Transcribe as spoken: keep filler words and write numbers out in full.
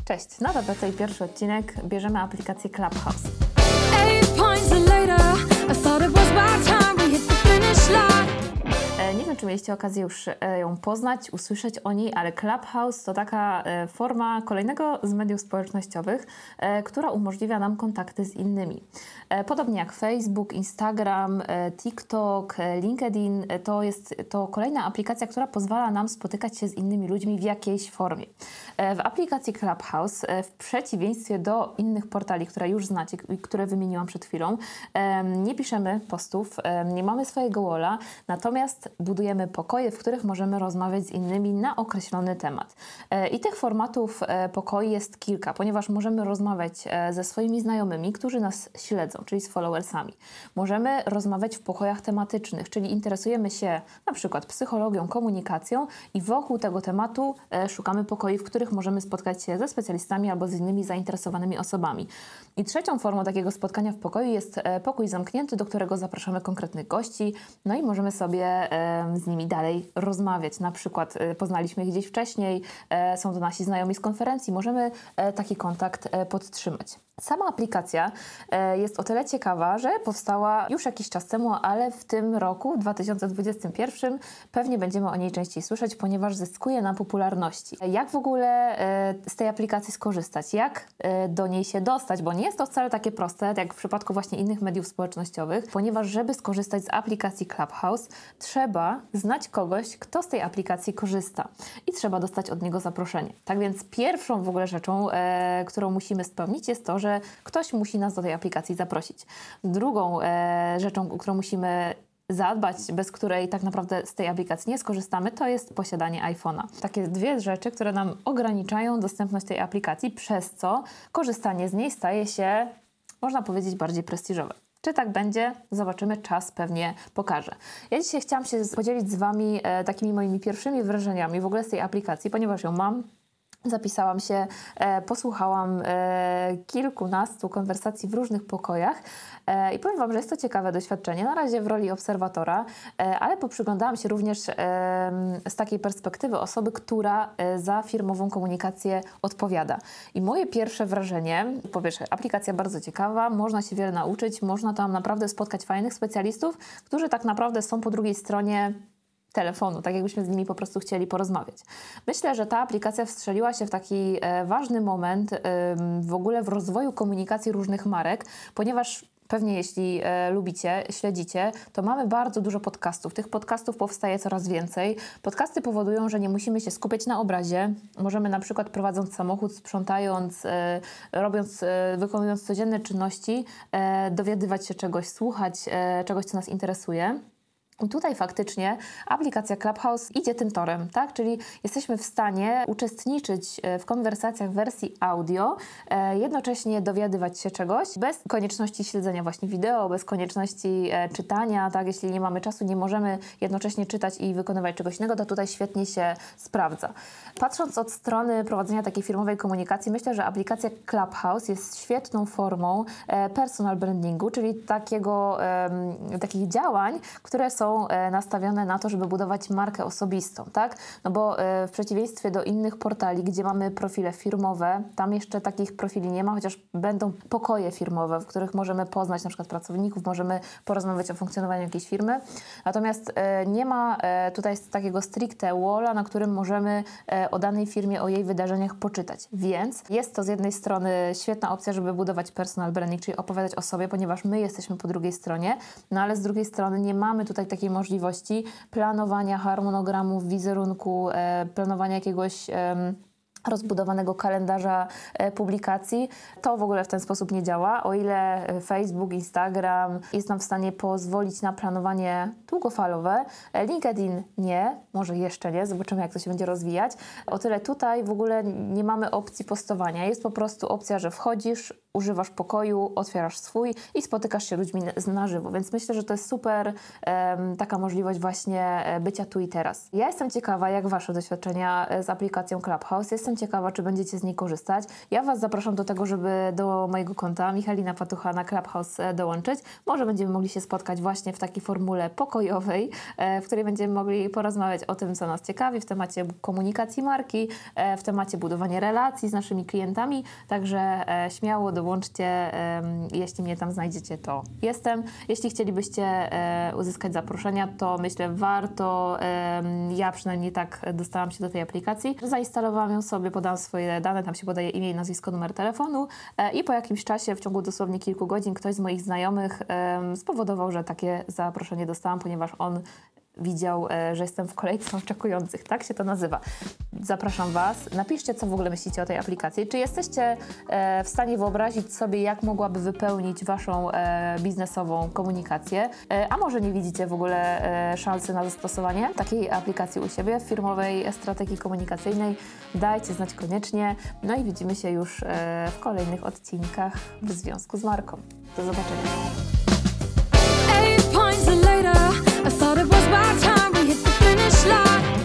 Cześć, na tapetę i pierwszy odcinek bierzemy aplikację Clubhouse. Nie wiem, czy mieliście okazję już ją poznać, usłyszeć o niej, ale Clubhouse to taka forma kolejnego z mediów społecznościowych, która umożliwia nam kontakty z innymi. Podobnie jak Facebook, Instagram, TikTok, LinkedIn, to jest to kolejna aplikacja, która pozwala nam spotykać się z innymi ludźmi w jakiejś formie. W aplikacji Clubhouse, w przeciwieństwie do innych portali, które już znacie i które wymieniłam przed chwilą, nie piszemy postów, nie mamy swojego walla, natomiast budujemy pokoje, w których możemy rozmawiać z innymi na określony temat. I tych formatów pokoi jest kilka, ponieważ możemy rozmawiać ze swoimi znajomymi, którzy nas śledzą, czyli z followersami. Możemy rozmawiać w pokojach tematycznych, czyli interesujemy się na przykład psychologią, komunikacją i wokół tego tematu szukamy pokoi, w których możemy spotkać się ze specjalistami albo z innymi zainteresowanymi osobami. I trzecią formą takiego spotkania w pokoju jest pokój zamknięty, do którego zapraszamy konkretnych gości, no i możemy sobie z nimi dalej rozmawiać. Na przykład poznaliśmy ich gdzieś wcześniej, są to nasi znajomi z konferencji, możemy taki kontakt podtrzymać. Sama aplikacja jest o tyle ciekawa, że powstała już jakiś czas temu, ale w tym roku, w dwa tysiące dwudziestym pierwszym, pewnie będziemy o niej częściej słyszeć, ponieważ zyskuje na popularności. Jak w ogóle z tej aplikacji skorzystać? Jak do niej się dostać? Bo nie jest to wcale takie proste, jak w przypadku właśnie innych mediów społecznościowych, ponieważ żeby skorzystać z aplikacji Clubhouse, trzeba znać kogoś, kto z tej aplikacji korzysta i trzeba dostać od niego zaproszenie. Tak więc pierwszą w ogóle rzeczą, którą musimy spełnić, jest to, że ktoś musi nas do tej aplikacji zaprosić. Drugą e, rzeczą, którą musimy zadbać, bez której tak naprawdę z tej aplikacji nie skorzystamy, to jest posiadanie iPhone'a. Takie dwie rzeczy, które nam ograniczają dostępność tej aplikacji, przez co korzystanie z niej staje się, można powiedzieć, bardziej prestiżowe. Czy tak będzie? Zobaczymy, czas pewnie pokaże. Ja dzisiaj chciałam się podzielić z Wami e, takimi moimi pierwszymi wrażeniami w ogóle z tej aplikacji, ponieważ ją mam. Zapisałam się, e, posłuchałam e, kilkunastu konwersacji w różnych pokojach e, i powiem Wam, że jest to ciekawe doświadczenie, na razie w roli obserwatora, e, ale poprzyglądałam się również e, z takiej perspektywy osoby, która e, za firmową komunikację odpowiada. I moje pierwsze wrażenie, po pierwsze, aplikacja bardzo ciekawa, można się wiele nauczyć, można tam naprawdę spotkać fajnych specjalistów, którzy tak naprawdę są po drugiej stronie telefonu, tak jakbyśmy z nimi po prostu chcieli porozmawiać. Myślę, że ta aplikacja wstrzeliła się w taki e, ważny moment e, w ogóle w rozwoju komunikacji różnych marek, ponieważ pewnie jeśli e, lubicie, śledzicie, to mamy bardzo dużo podcastów. Tych podcastów powstaje coraz więcej. Podcasty powodują, że nie musimy się skupiać na obrazie. Możemy na przykład prowadząc samochód, sprzątając, e, robiąc, e, wykonując codzienne czynności, e, dowiadywać się czegoś, słuchać e, czegoś, co nas interesuje. I tutaj faktycznie aplikacja Clubhouse idzie tym torem, tak? Czyli jesteśmy w stanie uczestniczyć w konwersacjach w wersji audio, e, jednocześnie dowiadywać się czegoś bez konieczności śledzenia właśnie wideo, bez konieczności e, czytania, tak? Jeśli nie mamy czasu, nie możemy jednocześnie czytać i wykonywać czegoś innego, to tutaj świetnie się sprawdza. Patrząc od strony prowadzenia takiej firmowej komunikacji, myślę, że aplikacja Clubhouse jest świetną formą e, personal brandingu, czyli takiego, e, takich działań, które są są nastawione na to, żeby budować markę osobistą, tak? No bo w przeciwieństwie do innych portali, gdzie mamy profile firmowe, tam jeszcze takich profili nie ma, chociaż będą pokoje firmowe, w których możemy poznać na przykład pracowników, możemy porozmawiać o funkcjonowaniu jakiejś firmy. Natomiast nie ma tutaj takiego stricte walla, na którym możemy o danej firmie, o jej wydarzeniach poczytać. Więc jest to z jednej strony świetna opcja, żeby budować personal branding, czyli opowiadać o sobie, ponieważ my jesteśmy po drugiej stronie, no ale z drugiej strony nie mamy tutaj takiej możliwości planowania harmonogramów, wizerunku, e, planowania jakiegoś e, rozbudowanego kalendarza e, publikacji. To w ogóle w ten sposób nie działa. O ile Facebook, Instagram jest nam w stanie pozwolić na planowanie długofalowe, LinkedIn nie, może jeszcze nie, zobaczymy jak to się będzie rozwijać. O tyle tutaj w ogóle nie mamy opcji postowania. Jest po prostu opcja, że wchodzisz, używasz pokoju, otwierasz swój i spotykasz się ludźmi na żywo, więc myślę, że to jest super um, taka możliwość właśnie bycia tu i teraz. Ja jestem ciekawa, jak wasze doświadczenia z aplikacją Clubhouse. Jestem ciekawa, czy będziecie z niej korzystać. Ja was zapraszam do tego, żeby do mojego konta Michalina Patucha na Clubhouse dołączyć. Może będziemy mogli się spotkać właśnie w takiej formule pokojowej, w której będziemy mogli porozmawiać o tym, co nas ciekawi, w temacie komunikacji marki, w temacie budowania relacji z naszymi klientami, także śmiało dołączcie, jeśli mnie tam znajdziecie, to jestem. Jeśli chcielibyście uzyskać zaproszenia, to myślę warto, ja przynajmniej tak dostałam się do tej aplikacji, zainstalowałam ją sobie, podałam swoje dane, tam się podaje imię, nazwisko, numer telefonu i po jakimś czasie, w ciągu dosłownie kilku godzin, ktoś z moich znajomych spowodował, że takie zaproszenie dostałam, ponieważ on widział, że jestem w kolejce oczekujących. Tak się to nazywa. Zapraszam was. Napiszcie, co w ogóle myślicie o tej aplikacji. Czy jesteście w stanie wyobrazić sobie, jak mogłaby wypełnić waszą biznesową komunikację? A może nie widzicie w ogóle szansy na zastosowanie takiej aplikacji u siebie w firmowej strategii komunikacyjnej? Dajcie znać koniecznie. No i widzimy się już w kolejnych odcinkach w związku z marką. Do zobaczenia. Eight points later, I thought it was my time. We hit the finish line.